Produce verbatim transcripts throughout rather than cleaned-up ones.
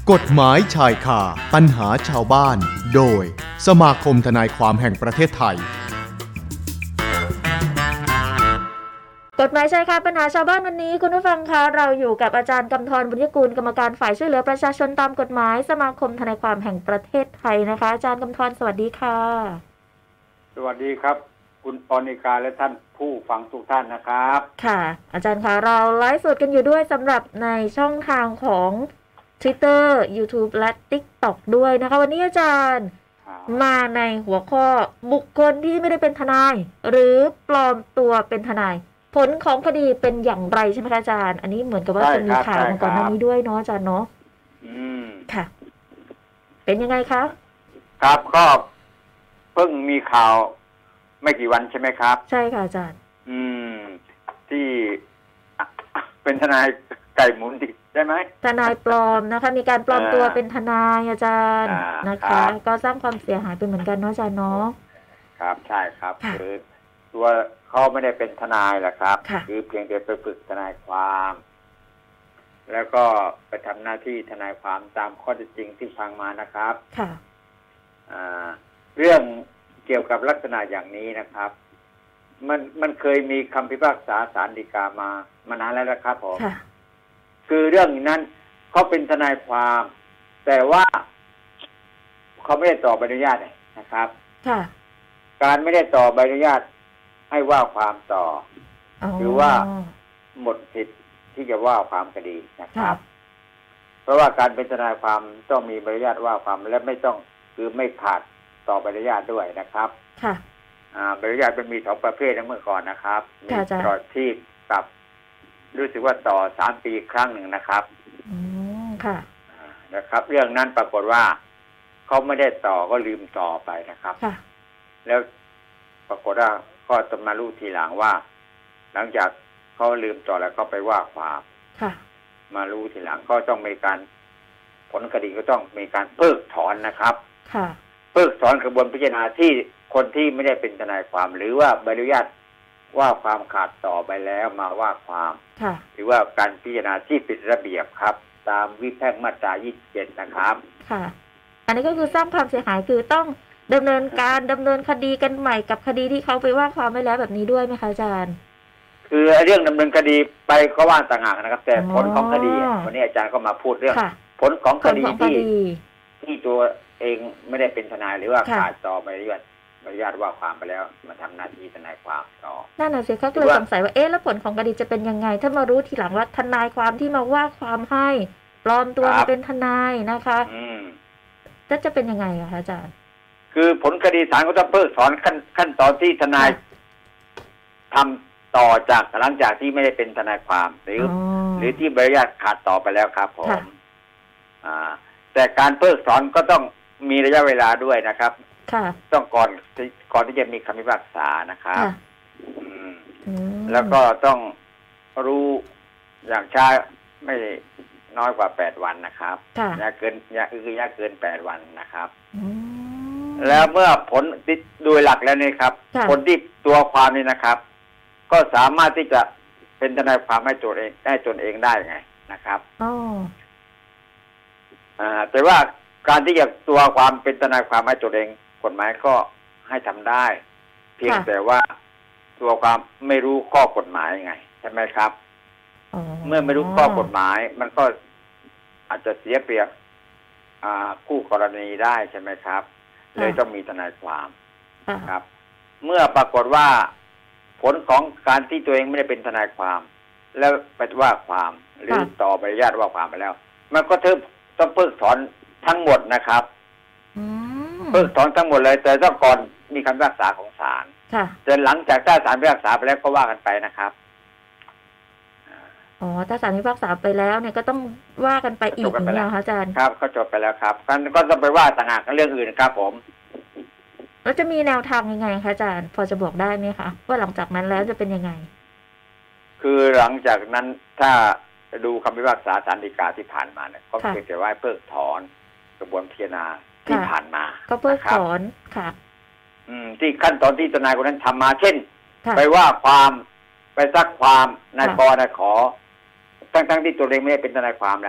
กฎหมายชายคาปัญหาชาวบ้านโดยสมาคมทนายความแห่งประเทศไทยกฎหมายชายคาปัญหาชาวบ้านวันนี้คุณผู้ฟังคะเราอยู่กับอาจารย์กำธร บุญยกุลกรรมการฝ่ายช่วยเหลือประชาชนตามกฎหมายสมาคมทนายความแห่งประเทศไทยนะคะอาจารย์กำธรสวัสดีค่ะสวัสดีครับคุณปณิกาและท่านผู้ฟังทุกท่านนะครับค่ะอาจารย์คะเราไลฟ์สดกันอยู่ด้วยสำหรับในช่องทางของ Twitter YouTube และ TikTok ด้วยนะคะวันนี้อาจารย์มาในหัวข้อบุคคลที่ไม่ได้เป็นทนายหรือปลอมตัวเป็นทนายผลของคดีเป็นอย่างไรใช่ไหมคะอาจารย์อันนี้เหมือนกับว่าจะมีข่าวมาก่อนหน้านี้ด้วยเนาะอาจารย์เนาะอืมค่ะเป็นยังไงคะครับก็เพิ่งมีข่าวไม่กี่วันใช่ไหมครับใช่ค่ะอาจารย์อืมที่เป็นทนายไก่หมุนดิใช่ไหมทนายปลอมนะคะมีการปลอมตัวเป็นทนายอาจารย์นะคะก็สร้างความเสียหายไปเหมือนกันเนาะอาจารย์เนาะครับใช่ครับคือตัวเขาไม่ได้เป็นทนายแหละครับคือเพียงแต่ไปฝึกทนายความแล้วก็ไปทำหน้าที่ทนายความตามข้อเท็จจริงที่ฟังมานะครับค่ะอ่าเรื่องเกี่ยวกับลักษณะอย่างนี้นะครับมันมันเคยมีคำพิพากษาศาลฎีกามามานานแล้วนะครับผมคือเรื่องนั้นเขาเป็นทนายความแต่ว่าเขาไม่ได้ต่อใบอนุญาตนะครับการไม่ได้ต่อใบอนุญาตให้ว่าความต่อหรือว่าหมดสิทธิ์ที่จะว่าความคดีนะครับเพราะว่าการเป็นทนายความต้องมีใบอนุญาตว่าความและไม่ต้องคือไม่ขาดต่อใบอนุญาตด้วยนะครับค่ะอ่าใบอนุญาตมันมีสองประเภทนะเมื่อก่อนนะครับมีตลอดชีพกับรู้สึกว่าต่อสามปีครั้งหนึ่งนะครับอืมค่ะนะครับเรื่องนั้นปรากฏว่าเขาไม่ได้ต่อก็ลืมต่อไปนะครับค่ะแล้วปรากฏว่าก็จะมารู้ทีหลังว่าหลังจากเขาลืมต่อแล้วก็ไปว่าความค่ะมารู้ทีหลังก็ต้องมีการผลคดีก็ต้องมีการเพิกถอนนะครับค่ะเพิกถอนกระบวนพิจารณาที่คนที่ไม่ได้เป็นทนายความหรือว่าใบอนุญาตว่าความขาดต่อไปแล้วมาว่าความหรือว่าการพิจารณาที่ผิดระเบียบครับตามวิแพ่งมาตรายี่สิบเจ็ดนะครับค่ะอันนี้ก็คือสร้างความเสียหายคือต้องดำเนินการดำเนินคดีกันใหม่กับคดีที่เขาไปว่าความไว้แล้วแบบนี้ด้วยไหมคะอาจารย์คือเรื่องดำเนินคดีไปก็ว่าต่างหากนะครับแต่ผลของคดีวันนี้อาจารย์ก็มาพูดเรื่องผลของคดีที่ที่ตัวเองไม่ได้เป็นทนายหรือว่าขาดต่อใบอนุญาตใบอนุญาตว่าความไปแล้วมาทำหน้าที่ทนายความต่อนั่นน่ะสิเขาก็เลยสงสัยว่าเอ๊ะแล้วผลของคดีจะเป็นยังไงถ้ามารู้ทีหลังว่าทนายความที่มาว่าความให้ปลอมตัวมาเป็นทนายนะคะอืมจะจะเป็นยังไงอะคะอาจารย์คือผลคดีศาลก็ต้องเพิกถอนขั้นขั้นตอนที่ทนายทำต่อจากหลังจากที่ไม่ได้เป็นทนายความหรือหรือที่ใบอนุญาตขาดต่อไปแล้วครับผมอ่าแต่การเพิกถอนก็ต้องมีระยะเวลาด้วยนะครับต้องก่อนก่อนที่จะมีคำพิพากษานะครับแล้วก็ต้องรู้อย่างช้าไม่น้อยกว่าแปดวันนะครับอย่าเกินอย่าคืออย่าเกินแปดวันนะครับแล้วเมื่อผลโดยหลักแล้วนี่ครับผลที่ตัวความนี่นะครับก็สามารถที่จะเป็นทนายความให้ตัวเองได้ตนเองได้ไงนะครับอ๋ออ่าแต่ว่าการที่จะตัวความเป็นทนายความให้ตัวเองกฎหมายก็ให้ทำได้เพียงแต่ว่าตัวความไม่รู้ข้อกฎหมายไงใช่ไหมครับเมื่อไม่รู้ข้อกฎหมายมันก็อาจจะเสียเปรียบคู่กรณีได้ใช่ไหมครับเลยต้องมีทนายความครับเมื่อปรากฏว่าผลของการที่ตัวเองไม่ได้เป็นทนายความแล้วไปว่าความหรือต่อใบอนุญาตว่าความไปแล้วมันก็ต้องต้องเพิกถอนทั้งหมดนะครับเพิกถอนทั้งหมดเลยแต่ต้องก่อนมีคำพิพากษาของศาลแต่หลังจากถ้าศาลพิพากษาไปแล้วก็ว่ากันไปนะครับอ๋อถ้าศาลพิพากษาไปแล้วเนี่ยก็ต้องว่ากันไปอีกอย่างนี้ค่ะอาจารย์ครับก็จบไปแล้วครับก็ต้องไปว่าต่างหากเรื่องอื่นครับผมแล้วจะมีแนวทางยังไงคะอาจารย์พอจะบอกได้ไหมคะว่าหลังจากนั้นแล้วจะเป็นยังไงคือหลังจากนั้นถ้าดูคำพิพากษาศาลฎีกาที่ผ่านมาเนี่ยเขาเพียงแต่ว่าเพิกถอนกระบวนพิจารณาที่ผ่านมาก็เพิกถอนค่ะอืมที่ขั้นตอนที่ทนายคนนั้นทำมาเช่นไปว่าความไปซักความนายกนายขอทั้งๆที่ตัวเองไม่ได้เป็นทนายความนะ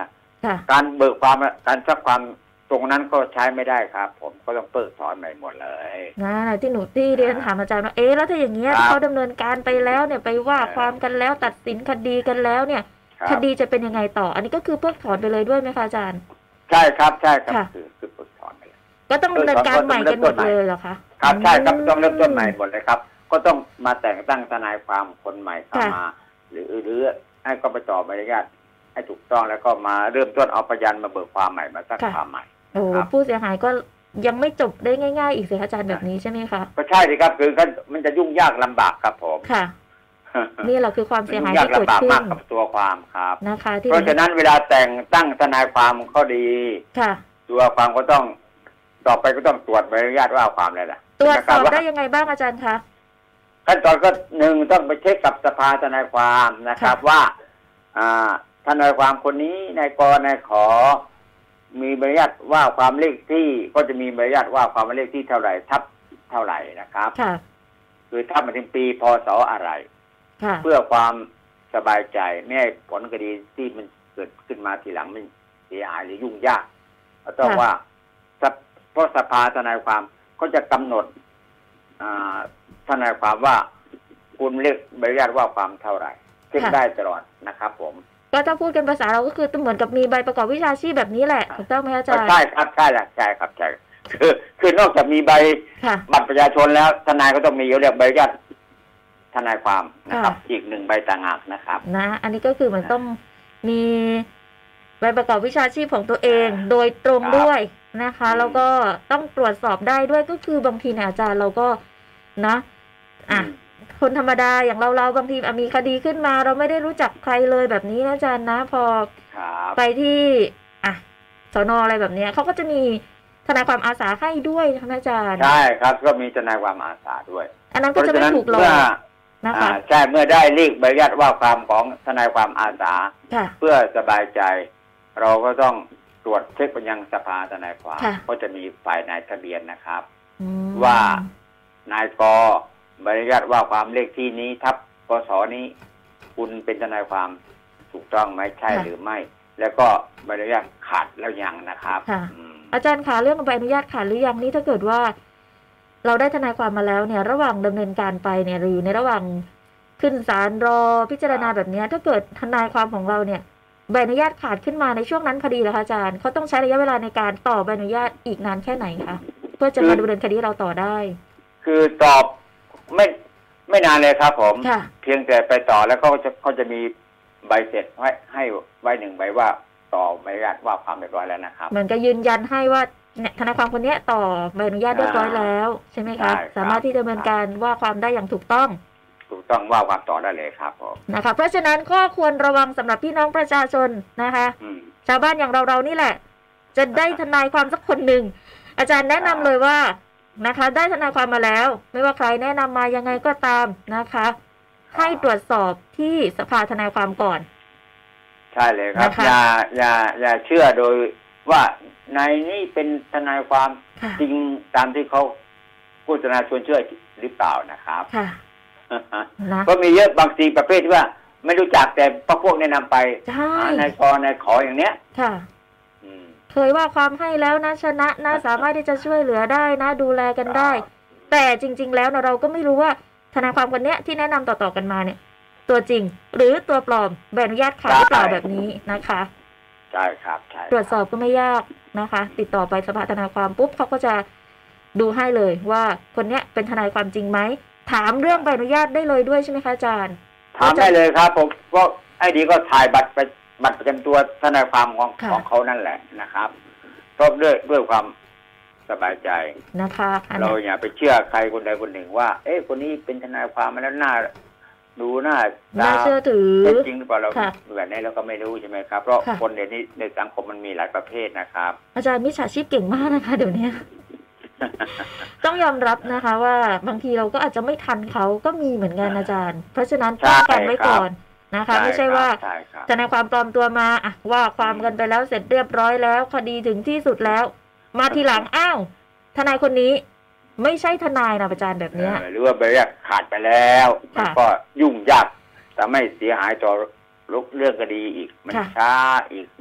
การเบิกความการซักความตรงนั้นก็ใช้ไม่ได้ครับผมก็ต้องเปิดถอนใหม่หมดเลยนะที่หนูที่เรียนถามอาจารย์ว่าเอ๊ะแล้วถ้าอย่างเงี้ยเขาดำเนินการไปแล้วเนี่ยไปว่าความกันแล้วตัดสินคดีกันแล้วเนี่ยคดีจะเป็นยังไงต่ออันนี้ก็คือเพิกถอนไปเลยด้วยไหมคะอาจารย์ใช่ครับใช่ครับคือคือเพิกถอนไปเลยก็ต้องดำเนินการใหม่กันหมดเลยเหรอคะครับใช่ครับต้องเริ่มต้นใหม่หมดเลยครับก็ต้องมาแต่งตั้งทนายความคนใหม่เข้ามาหรือหรือให้ก็ไปต่อใบอนุญาตให้ถูกต้องแล้วก็มาเริ่มต้นเอาพยานมาเบิกความใหม่มาซักความใหม่โอ้ผู้เสียหายก็ยังไม่จบได้ง่ายๆอีกสิอาจารย์แบบนี้ใช่ไหมคะก็ใช่สิครับคือมันจะยุ่งยากลำบากครับผมค่ะนี่แหละคือความเสียหายที่เกิดขึ้นมากกับตัวความครับนะคะเพราะฉะนั้นเวลาแต่งตั้งทนายความก็ดีค่ะตัวความก็ต้องต่อไปก็ต้องตรวจใบอนุญาตว่าความอะไรล่ะตรวจสอบได้ยังไงบ้างอาจารย์คะขั้นตอนก็หนึ่งต้องไปเช็คกับสภาทนายความนะครับว่าอ่าทนายความคนนี้นายกนายขอมีใบอนุญาตว่าความเลขที่ก็จะมีใบอนุญาตว่าความเลขที่เท่าไหร่ทับเท่าไหร่นะครับค่ะคือทับมาถึงปีพศอะไรเพื่อความสบายใจไม่ให้ผลคดีที่มันเกิดขึ้นมาทีหลังมันเสียหายหรือยุ่งยากก็ต้องว่าเพราะสภาทนายความก็จะกำหนดทนายความว่าคุณเรียกใบอนุญาตว่าความเท่าไหร่เช็คได้ตลอดนะครับผมก็ถ้าพูดกันภาษาเราก็คือเหมือนกับมีใบประกอบวิชาชีพแบบนี้แหละถูกต้องไหมอาจารย์ใช่ครับใช่แหละใช่ครับใช่คือคือนอกจากมีใบบัตรประชาชนแล้วทนายก็ต้องมีเรียกใบอนุญาตทนายความนะครับอีกหนึ่งใบต่างหากนะครับนะอันนี้ก็คือมันต้องมีใบประกอบวิชาชีพของตัวเองโดยตรงด้วยนะคะแล้วก็ต้องตรวจสอบได้ด้วยก็คือบางทีเนี่ยอาจารย์เราก็นะอ่ะคนธรรมดาอย่างเราเราบางทีมีคดีขึ้นมาเราไม่ได้รู้จักใครเลยแบบนี้นะอาจารย์นะพอไปที่อ่ะสน.อะไรแบบนี้เขาก็จะมีทนายความอาสาให้ด้วยท่านอาจารย์ใช่ครับก็มีทนายความอาสาด้วยอันนั้นก็จะไม่ถูกหลอกนะคะใช่เมื่อได้เลขใบอนุญาตว่าความของทนายความอาสาเพื่อสบายใจเราก็ต้องตรวจเช็คไปยังสภาทนายความก็จะมีฝ่ายนายทะเบียนนะครับว่านายกใบอนุญาตว่าความเลขที่นี้ทับกสนี้คุณเป็นทนายความถูกต้องไหมใช่หรือไม่แล้วก็ใบอนุญาตขาดแล้วยังนะครับอาจารย์คะเรื่องใบอนุญาตขาดหรือยังนี่ถ้าเกิดว่าเราได้ทนายความมาแล้วเนี่ยระหว่างดำเนินการไปเนี่ยหรืออยู่ในระหว่างขึ้นศาลรอพิจารณาแบบนี้ถ้าเกิดทนายความของเราเนี่ยใบอนุญาตขาดขึ้นมาในช่วงนั้นพอดีแล้วคะอาจารย์เขาต้องใช้ระยะเวลาในการต่อใบอนุญาตอีกนานแค่ไหนคะเพื่อจะมาดำเนินคดีเราต่อได้คือตอบไม่ไม่นานเลยครับผมเพียงแต่ไปต่อแล้วเขาจะเขาจะมีใบเสร็จให้ให้ใบหนึ่งใบว่าต่อใบอนุญาตว่าความเรียบร้อยแล้วนะครับเหมือนกับยืนยันให้ว่าทนายความคนนี้ต่อใบอนุญาตเรียบร้อยแล้วใช่ไหมคะสามารถที่จะดำเนินการว่าความได้อย่างถูกต้องถูกต้องว่าความต่อได้เลยครับผมนะคะเพราะฉะนั้นข้อควรระวังสำหรับพี่น้องประชาชนนะคะชาวบ้านอย่างเราเรานี่แหละจะได้ทนายความสักคนหนึ่งอาจารย์แนะนำเลยว่านะคะได้ทนายความมาแล้วไม่ว่าใครแนะนำมายังไงก็ตามนะคะให้ตรวจสอบที่สภาทนายความก่อนใช่เลยครับอย่าอย่าอย่าเชื่อโดยว่านายนี่เป็นทนายความจริงตามที่เขาโฆษณาชวนเชื่อหรือเปล่านะครับก็มีเยอะบางทีประเภทที่ว่าไม่รู้จักแต่พวกพวกแนะนำไปนายกนายขออย่างเนี้ยค่ะเคยว่าความให้แล้วนะชนะนะสามารถที่จะช่วยเหลือได้นะดูแลกันได้แต่จริงๆแล้วเราก็ไม่รู้ว่าทนายความคนเนี้ยที่แนะนำต่อๆกันมาเนี่ยตัวจริงหรือตัวปลอมใบอนุญาตขาดหรือเปล่าแบบนี้นะคะใช่ครับใช่ตรวจสอบก็ไม่ยากนะคะติดต่อไปสภาทนายความปุ๊บเขาก็จะดูให้เลยว่าคนเนี้ยเป็นทนายความจริงไหมถามเรื่องใบอนุญาตได้เลยด้วยใช่ไหมคะอาจารย์ถามได้เลยครับผมก็ไอ้ดีก็ถ่ายบัตรไปบัตรประจำตัวทนายความของของเขานั่นแหละนะครับเพราะด้วยด้วยความสบายใจนะคะเราอย่าไปเชื่อใครคนใดคนหนึ่งว่าเอ๊ะคนนี้เป็นทนายความมาแล้วหน้าดูหน้าน่าเชื่อถือจริงหรือเปล่าเราแบบนี้เราก็ไม่รู้ใช่ไหมครับเพราะคนเดี๋ยวนี้ในสังคมมันมีหลายประเภทนะครับอาจารย์มิจฉาชีพเก่งมากนะคะเดี๋ยวนี้ต้องยอมรับนะคะว่าบางทีเราก็อาจจะไม่ทันเขาก็มีเหมือนกันอาจารย์เพราะฉะนั้นป้องกันไว้ก่อนนะคะไม่ใช่ว่าทนายความปลอมตัวมาอะว่าความกันไปแล้วเสร็จเรียบร้อยแล้วคดีถึงที่สุดแล้วมาทีหลังอ้าวทนายคนนี้ไม่ใช่ทนายนะอาจารย์แบบนี้หรือว่าใบอนุญาตขาดไปแล้วมันก็ยุ่งยากแต่ไม่เสียหายต่อเรื่องคดีอีกมันช้าอีก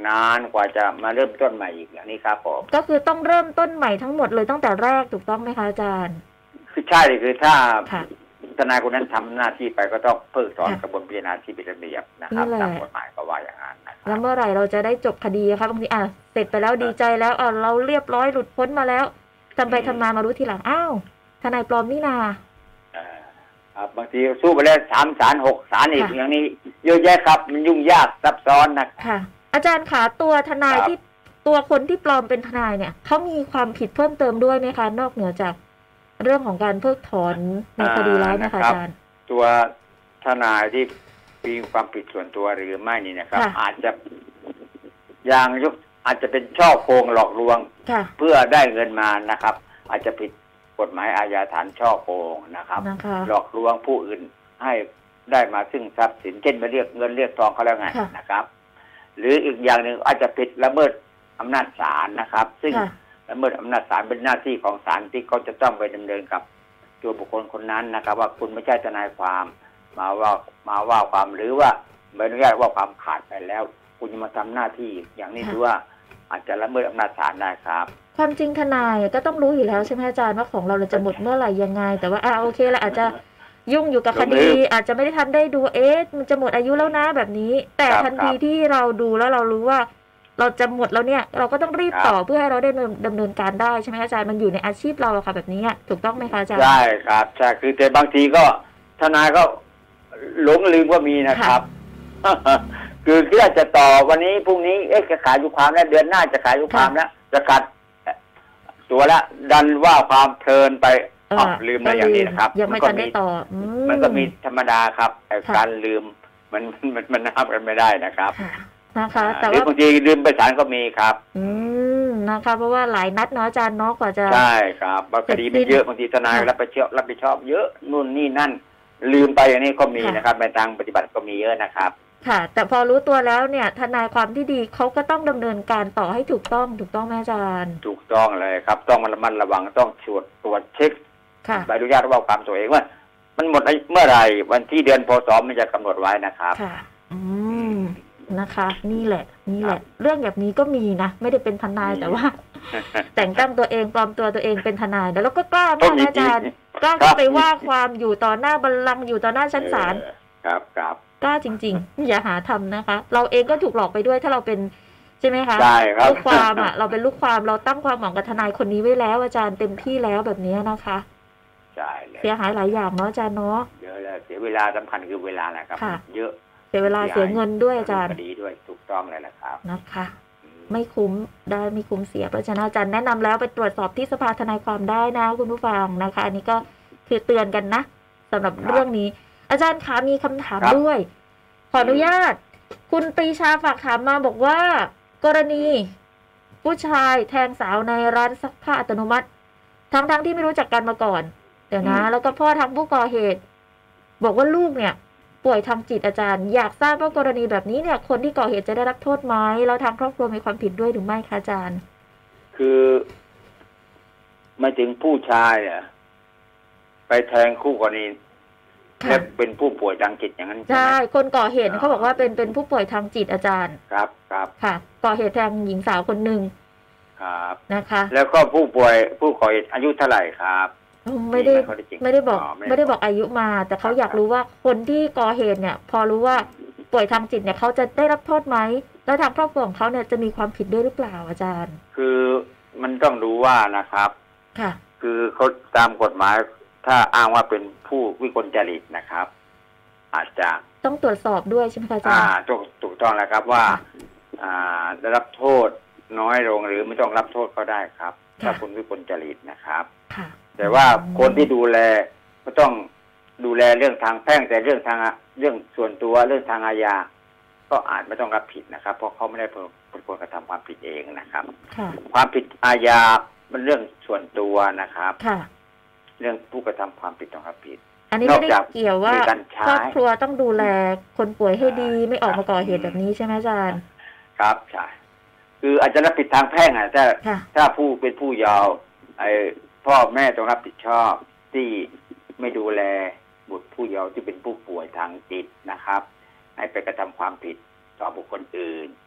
นานกว่าจะมาเริ่มต้นใหม่อีกอย่างนี้ครับผมก็คือต้องเริ่มต้นใหม่ทั้งหมดเลยตั้งแต่แรกถูกต้องไหมคะอาจารย์คือใช่เลยคือถ้าค่ะทนายคนนั้นทำหน้าที่ไปก็ต้องเพิกถอนค่ะกระบวนพิจารณาที่เป็นระเบียบนะครับนี่แหละตามกฎหมายก็ว่าอย่างนั้นนะคแล้รัวบเมื่อไหร่เราจะได้จบคดีคะบางทีอ่ะเสร็จไปแล้วดีใจแล้วอ่ะเราเรียบร้อยหลุดพ้นมาแล้วทำไปทำมามารู้ทีหลังอ้าวทนายปลอมนี่นาเอ่อครับบางทีสู้ไปแล้วสามศาลหกศาลอีกค่ะอย่างนี้เยอะแยะครับ มันยุ่งยากซับซ้อนนะค่ะ อาจารย์ขาตัวทนายครับที่ตัวคนที่ปลอมเป็นทนายเนี่ยเขามีความผิดเพิ่มเติมด้วยไหมคะนอกเหนือจากเรื่องของการเพิกถอนในคดีแล้วนะคะอาจารย์ตัวทนายที่มีความผิดส่วนตัวหรือไม่นี่นะครับค่ะอาจจะอย่างยกอาจจะเป็นช่อโกงหลอกลวงค่ะเพื่อได้เงินมานะครับ อาจจะผิดกฎหมายอาญาฐานช่อโกงนะครับนะคะหลอกลวงผู้อื่นให้ได้มาซึ่งทรัพย์สินเช่นมาเรียกเงินเรียกทองเขาแล้วไงค่ะนะครับ หรืออีกอย่างหนึ่งอาจจะผิดละเมิดอำนาจศาลนะครับ ซึ่งค่ะละเมิดอำนาจศาลเป็นหน้าที่ของศาลที่เขาจะต้องไปดำเนินกับตัวบุคคลคนนั้นนะครับ ว่าคุณไม่ใช่ทนายความมาว่ามาว่าความหรือว่าใบอนุญาตว่าความขาดไปแล้ว คุณจะมาทำหน้าที่อย่างนี้ค่ะถือว่าอาจจะละเมิดอำนาจศาลได้ครับความจริงทนายก็ต้องรู้อยู่แล้วใช่ไหมอาจารย์ว่าของเราเราจะหมดเมื่อไหร่ยังไง แต่ว่าอ่าโอเคละอาจจะยุ่งอยู่กับคดี อาจจะไม่ได้ทันได้ดูเอ๊ะมันจะหมดอายุแล้วนะแบบนี้ แต่ครับทันทีที่เราดูแล้วเรารู้ว่า เราจะหมดแล้วเนี่ย เราก็ต้องรีบครับต่อเพื่อให้เราได้ดำเนินการได้ใช่ไหมอาจารย์มันอยู่ในอาชีพเราอะค่ะแบบนี้อะถูกต้องไหมคะอาจารย์ใช่ครับใช่คือแต่บางทีก็ทนายก็หลงลืมก็มีนะครับ คือคิดว่าจะต่อวันนี้พรุ่งนี้เอ๊ะจะขายยุความแล้วเดือนหน้าจะขายยุความแล้วจะขัดตัวละดันว่าความเพลินไปเอออ้าวลืมอะไรอย่างนี้นะครับยังไม่ก็ทันได้ต่ออืมันก็มีธรรมดาครับไอ้ค่ะการลืมมันมันมันห้ามกันไม่ได้นะครับค่ะนะคะ แต่หรือว่าบางทีลืมไปศาลก็มีครับอืมนะคะ เพราะว่าหลายนัดเนาะอาจารย์เนาะกว่าจะใช่ครับบางคดีมันเยอะบางทีทนายค่ะรับผิดชอบรับผิดชอบเยอะนู่นนี่นั่น ลืมไปอย่างนี้ก็มีค่ะนะครับในทางปฏิบัติก็มีเยอะนะครับค่ะ แต่พอรู้ตัวแล้วเนี่ย ทนายความที่ดีเขาก็ต้องดำเนินการต่อให้ถูกต้องถูกต้องไหมอาจารย์ถูกต้องเลยครับ ต้องระมัดระวังต้องตรวจตรวจเช็คค่ะใบอนุญาตว่าความตัวเองว่า มันหมดเมื่อไหร่วันที่เดือนพศมันจะกำหนดไว้นะครับค่ะ อืมนะคะ นี่แหละ นี่แหละ เรื่องแบบนี้ก็มีนะไม่ได้เป็นทนายมีแต่ว่า แต่งตั้งตัวเองปลอมตัวตัวเองเป็นทนายแล้วก็กล้ามากนะอาจารย์กล้าเข้าไปว่าความอยู่ต่อหน้าบัลลังก์อยู่ต่อหน้าชั้นศาลเออครับครับกล้าจริง ๆ อย่าหาทำนะคะ เราเองก็ถูกหลอกไปด้วยถ้าเราเป็นใช่ไหมคะใช่ครับลูกความอ่ะ เราเป็นลูกความเราตั้งความหวังกับทนายคนนี้ไว้แล้วอาจารย์เต็มที่แล้วแบบนี้นะคะใช่เลยเสียหายหลายอย่างเนาะอาจารย์เนาะเยอะเลยเสียเวลาสำคัญคือเวลาแหละครับค่ะเยอะเสียเวลาเสียเงินด้วยอาจารย์คดีด้วยถูกต้องเลยนะครับนะคะ ไม่คุ้มได้ไม่คุ้มเสียเพราะฉะนั้นอาจารย์แนะนำแล้วไปตรวจสอบที่สภาทนายความได้นะคุณผู้ฟังนะคะ อันนี้ก็คือเตือนกันนะสำหรับครับเรื่องนี้ อาจารย์คะมีคำถามครับด้วย ขออนุญาต คุณปรีชาฝากถามมาบอกว่า กรณี ผู้ชายแทงสาวในร้านซักผ้าอัตโนมัติ ทั้งๆทที่ไม่รู้จักกันมาก่อน เดี๋ยวนะ แล้วก็พ่อทางผู้ก่อเหตุ บอกว่าลูกเนี่ย ป่วยทางจิตอาจารย์ อยากทราบว่ากรณีแบบนี้เนี่ย คนที่ก่อเหตุจะได้รับโทษไหมแล้วทางครอบครัวมีความผิดด้วยหรือไม่คะอาจารย์คือไม่ถึงผู้ชายอ่ะไปแทงคู่กรณีค่ะและเป็นผู้ป่วยทางจิตอย่างนั้นใช่ไหใช่มคนก่อเหตุเขาบอกว่าเป็นเป็นผู้ป่วยทางจิตอาจารย์ครับครับค่ะ ก่อเหตุแทงหญิงสาวคนหนึ่งครับนะคะแล้วก็ผู้ป่วยผู้ก่อเหตุอายุเท่าไหร่ครับไม่ได้มีไหมข้อเท็จจริงไม่ได้บอกอ๋อไม่ได้ไม่ได้บอกอายุมา แต่เขาครับอยากรู้ว่าคนที่ก่อเหตุเนี่ย พอรู้ว่าป่วยทางจิตเนี่ยเขาจะได้รับโทษไหมแล้วทางครอบครัวของเขาเนี่ยจะมีความผิดด้วยหรือเปล่าอาจารย์คือมันต้องดูว่านะครับค่ะคือเขาตามกฎหมาย ถ้าอ้างว่าเป็นผู้วิกลจริตนะครับ อาจจะต้องตรวจสอบด้วยใช่ไหมคะอาจารอ่าย์ถูกถูกต้องแล้วครับว่าค่ะอ่าได้รับโทษน้อยลงหรือไม่ต้องรับโทษก็ได้ครับ ถ้าค่ะคุณวิกลจริตนะครับค่ะแต่ว่าคนที่ดูแลก็ต้องดูแลเรื่องทางแพ่งแต่เรื่องทางเรื่องส่วนตัวเรื่องทางอาญาก็อาจไม่ต้องรับผิดนะครับ เพราะเขาไม่ได้เป็นคนกระทำความผิดเองนะครับค่ะความผิดอาญาเป็นเรื่องส่วนตัวนะครับค่ะเรื่องผู้กระทำความผิดต้องรับผิดอันนี้ไม่ได้นอกจากเกี่ยวว่ามีการใช้ครอบครัวต้องดูแลคนป่วยให้ดีใช่ไม่ออกมาก่อเหตุครับแบบนี้ใช่ไหมอาจารย์ครับใช่คืออาจจะรับผิดทางแพ่งอ่ะถ้าค่ะถ้าผู้เป็นผู้เยาว์ไอ้พ่อแม่ต้องรับผิดชอบที่ไม่ดูแลบุตรผู้เยาว์ที่เป็นผู้ป่วยทางจิตนะครับ ให้ไปกระทำความผิดต่อบุคคลอื่น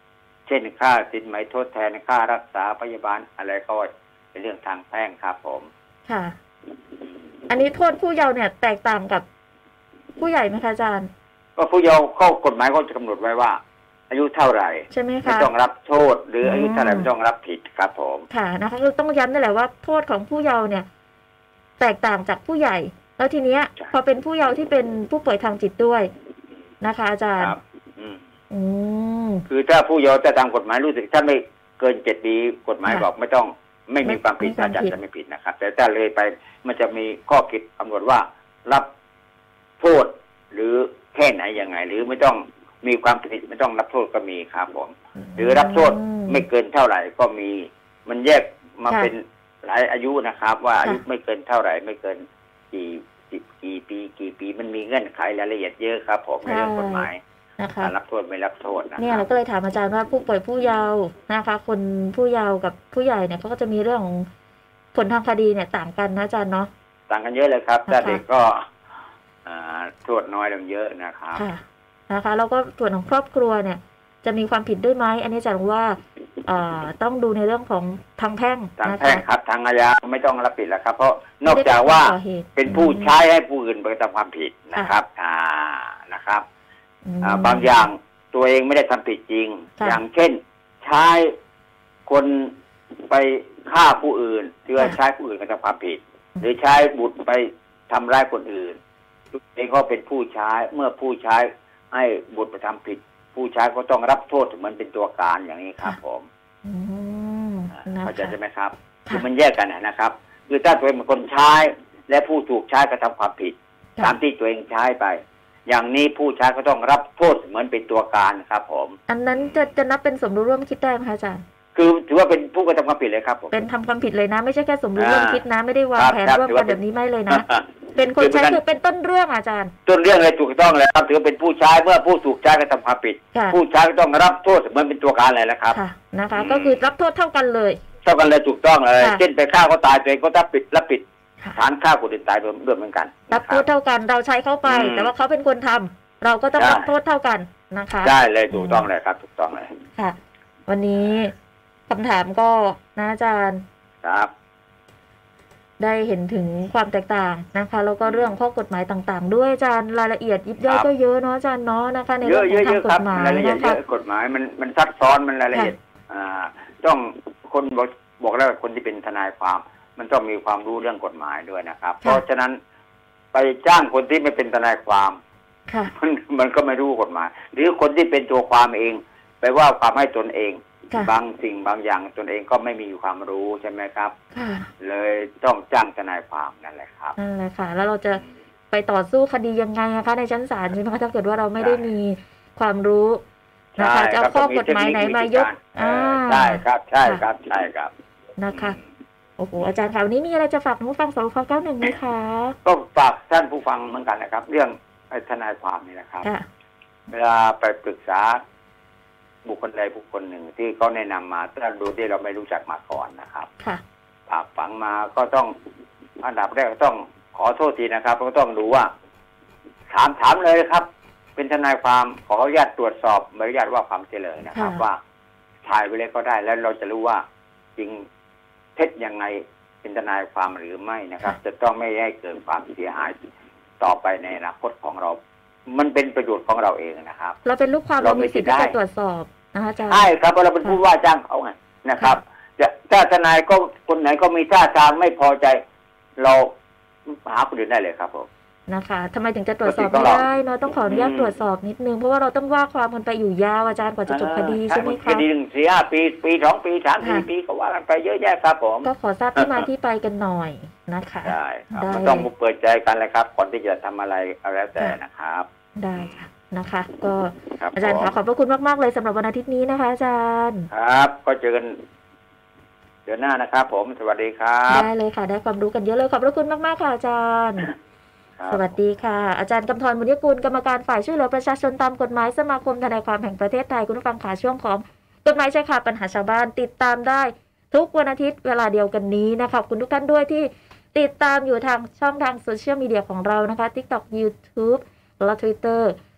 เช่นค่าสินไหมทดแทนค่ารักษาพยาบาลอะไรก็เป็นเรื่องทางแพ่งครับผมค่ะอันนี้โทษผู้เยาว์เนี่ยแตกต่างกับผู้ใหญ่ไหมคะอาจารย์ก็ผู้เยาว์ข้อกฎหมายก็จะกำหนดไว้ว่าอายุเท่าไหร่ใช่ไหมคะไม่ต้องรับโทษหรืออายุเท่าไหร่ไม่ต้องรับผิดครับผมค่ะนะคะคือต้องย้ำนั่นแหละว่าโทษของผู้เยาว์เนี่ยแตกต่างจากผู้ใหญ่แล้วทีเนี้ยพอเป็นผู้เยาว์ที่เป็นผู้ป่วยทางจิตด้วยนะคะอาจารย์อืมคือถ้าผู้เยาว์จะตามกฎหมายรู้สึกถ้าไม่เกินเจ็ดปีกฎหมายบอกไม่ต้องไม่มีความผิดอาจารย์จะไม่ผิดนะครับแต่ถ้าเลยไปมันจะมีข้อคิดกำหนดว่ารับโทษหรือแค่ไหนยังไงหรือไม่ต้องมีความผิดไม่ต้องรับโทษก็มีครับผมหรือรับโทษไม่เกินเท่าไหร่ก็มีมันแยกมาเป็นหลายอายุนะครับว่าอายุไม่เกินเท่าไหร่ไม่เกินกี่กี่ปีกี่ปีมันมีเงื่อนไขรายละเอียดเยอะครับผมในเรื่องกฎหมายนะคะรับโทษไม่รับโทษนะเนี่ยเราก็เลยถามอาจารย์ว่าผู้ป่วยผู้เยาว์นะคะคนผู้เยาว์กับผู้ใหญ่เนี่ยเขาก็จะมีเรื่องของผลทางคดีเนี่ยต่างกันนะอาจารย์เนาะต่างกันเยอะเลยครับแต่เด็กก็โทษน้อยลงเยอะนะครับนะคะแล้วก็ส่วนของครอบครัวเนี่ยจะมีความผิดด้วยไหมอันนี้อาจารย์ว่าต้องดูในเรื่องของทางแพ่งทางแพ่งครับทางอาญาไม่ต้องรับผิดแล้วครับเพราะนอกจากว่าเป็นผู้ใช้ให้ผู้อื่นไปกระทำความผิดนะครับอ่านะครับบางอย่างตัวเองไม่ได้ทำผิดจริงอย่างเช่นใช้คนไปฆ่าผู้อื่นหรือใช้ผู้อื่นกระทำความผิดหรือใช้บุตรไปทำร้ายคนอื่นตัวเองก็เป็นผู้ใช้เมื่อผู้ใช้ให้บุตรไปทำผิดผู้ใช้ก็ต้องรับโทษเหมือนเป็นตัวการอย่างนี้ครับผมเข้าใจใช่ไหมครับคือมันแยกกันนะครับคือถ้าตัวเองเป็นคนใช้และผู้ถูกใช้กระทำความผิดตามที่ตัวเองใช้ไปอย่างนี้ผู้ใช้ก็ต้องรับโทษเหมือนเป็นตัวการครับผมอันนั้นจะจะนับเป็นสมรู้ร่วมคิดได้ไหมคะอาจารย์คือถือว่าเป็นผู้กระทำความผิดเลยครับผมเป็นทำความผิดเลยนะไม่ใช่แค่สมรู้ร่วมคิดนะไม่ได้วางแผนร่วมกันแบบนี้ไม่เลยนะเป็นคนใช้คือเป็นต้นเรื่องอาจารย์ต้นเรื่องเลยถูกต้องเลยครับถือเป็นผู้ใช้เมื่อผู้ถูกใช้กระทำความผิดผู้ใช้ก็ต้องรับโทษเหมือนเป็นตัวการเลยนะครับนะคะก็คือรับโทษเท่ากันเลยเท่ากันเลยถูกต้องเลยเช่นไปฆ่าเขาตายตัวเองก็รับผิดรับผิดฐานฆ่าคนอื่นตายด้วยเหมือนกันรับโทษเท่ากันเราใช้เขาไปแต่ว่าเขาเป็นคนทำเราก็ต้องรับโทษเท่ากันนะคะได้เลยถูกต้องเลยครับถูกต้องเลยค่ะวันนี้คำถามก็นะอาจารย์ครับได้เห็นถึงความแตกต่างนะคะแล้วก็เรื่องข้อกฎหมายต่างๆด้วยอาจารย์รายละเอียดยิบย่อยก็เยอะเนาะอาจารย์เนาะนะคะในเรื่องของทางกฎหมายนะคะกฎหมายมันมันซับซ้อนมันรายละเอียดอ่าต้องคนบอกบอกแล้วคนที่เป็นทนายความมันต้องมีความรู้เรื่องกฎหมายด้วยนะครับเพราะฉะนั้นไปจ้างคนที่ไม่เป็นทนายความมันมันก็ไม่รู้กฎหมายหรือคนที่เป็นตัวความเองไปว่าความให้ตนเองบางสิ่งบางอย่างตนเองก็ไม่มีความรู้ใช่ไหมครับเลยต้องจ้างทนายความนั่นแหละครับนั่นแหละค่ะแล้วเราจะไปต่อสู้คดียังไงนะคะในชั้นศาลใช่ไหมคะถ้าเกิดว่าเราไม่ได้มีความรู้นะคะจะเอาข้อกฎหมายไหนมายกใช่ครับใช่ครับใช่ครับนะคะโอ้โหอาจารย์ค่ะวันนี้มีอะไรจะฝากผู้ฟังสรุปข้อเก้าหนึ่งไหมคะก็ฝากท่านผู้ฟังเหมือนกันนะครับเรื่องทนายความนี่นะครับเวลาไปปรึกษาบุคคลใดบุคคลหนึ่งที่เขาแนะนำมาถ้าดูที่เราไม่รู้จักมาก่อนนะครับฝากฝังมาก็ต้องอันดับแรกก็ต้องขอโทษทีนะครับก็ต้องดูว่าถามถามเลยครับเป็นทนายความขออนุญาตตรวจสอบอนุญาตว่าความเฉลยนะครับว่าถ่ายไปเลยก็ได้แล้วเราจะรู้ว่าจริงเท็จยังไงเป็นทนายความหรือไม่นะครับจะต้องไม่ให้เกิดความเสียหายต่อไปในอนาคตของเรามันเป็นประโยชน์ของเราเองนะครับเราเป็นลูกความเรามีสิทธิ์ที่จะตรวจสอบนะคะอาจารย์ใช่ครับเพราะเราเป็นผู้ว่าจ้างเขาไงนะครับจะถ้าทนายก็คนไหนก็มีท่าทางไม่พอใจเราหาคนอื่นได้เลยครับผมนะคะทำไมถึงจะตรวจสอบไม่ได้เนาะต้องขออนุญาตตรวจสอบนิดนึงเพราะว่าเราต้องว่าความกันไปอยู่ยาวอาจารย์กว่าจะจบคดีใช่ไหมคะคดีหนึ่งสี่ห้าปีปีสองปีสามสี่ปีก็ว่ากันไปเยอะแยะครับผมก็ขอทราบที่มาที่ไปกันหน่อยนะคะได้ครับต้องเปิดใจกันเลยครับก่อนที่จะทำอะไรเอาแล้วแต่นะครับได้ค่ะนะคะก็อาจารย์ขอขอบพระคุณมากๆเลยสำหรับวันอาทิตย์นี้นะคะอาจารย์ครับก็เจอกันเดือนหน้านะครับผมสวัสดีครับได้เลยค่ะได้ความรู้กันเยอะเลยขอบพระคุณมากๆค่ะอาจารย์สวัสดีค่ะอาจารย์กำธร บุญยกุลกรรมการฝ่ายช่วยเหลือประชาชนตามกฎหมายสมาคมทนายความแห่งประเทศไทยคุณผู้ฟังขาช่วงของกฎหมายชายคาปัญหาชาวบ้านติดตามได้ทุกวันอาทิตย์เวลาเดียวกันนี้นะคะขอบคุณทุกท่านด้วยที่ติดตามอยู่ทางช่องทางโซเชียลมีเดียของเรานะคะ TikTok YouTube และ Twitter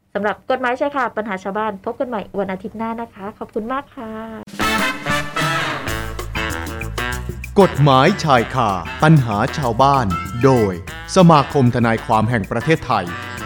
สำหรับกฎหมายชายคาปัญหาชาวบ้านพบกันใหม่วันอาทิตย์หน้านะคะขอบคุณมากค่ะกฎหมายชายคาปัญหาชาวบ้านโดยสมาคมทนายความแห่งประเทศไทย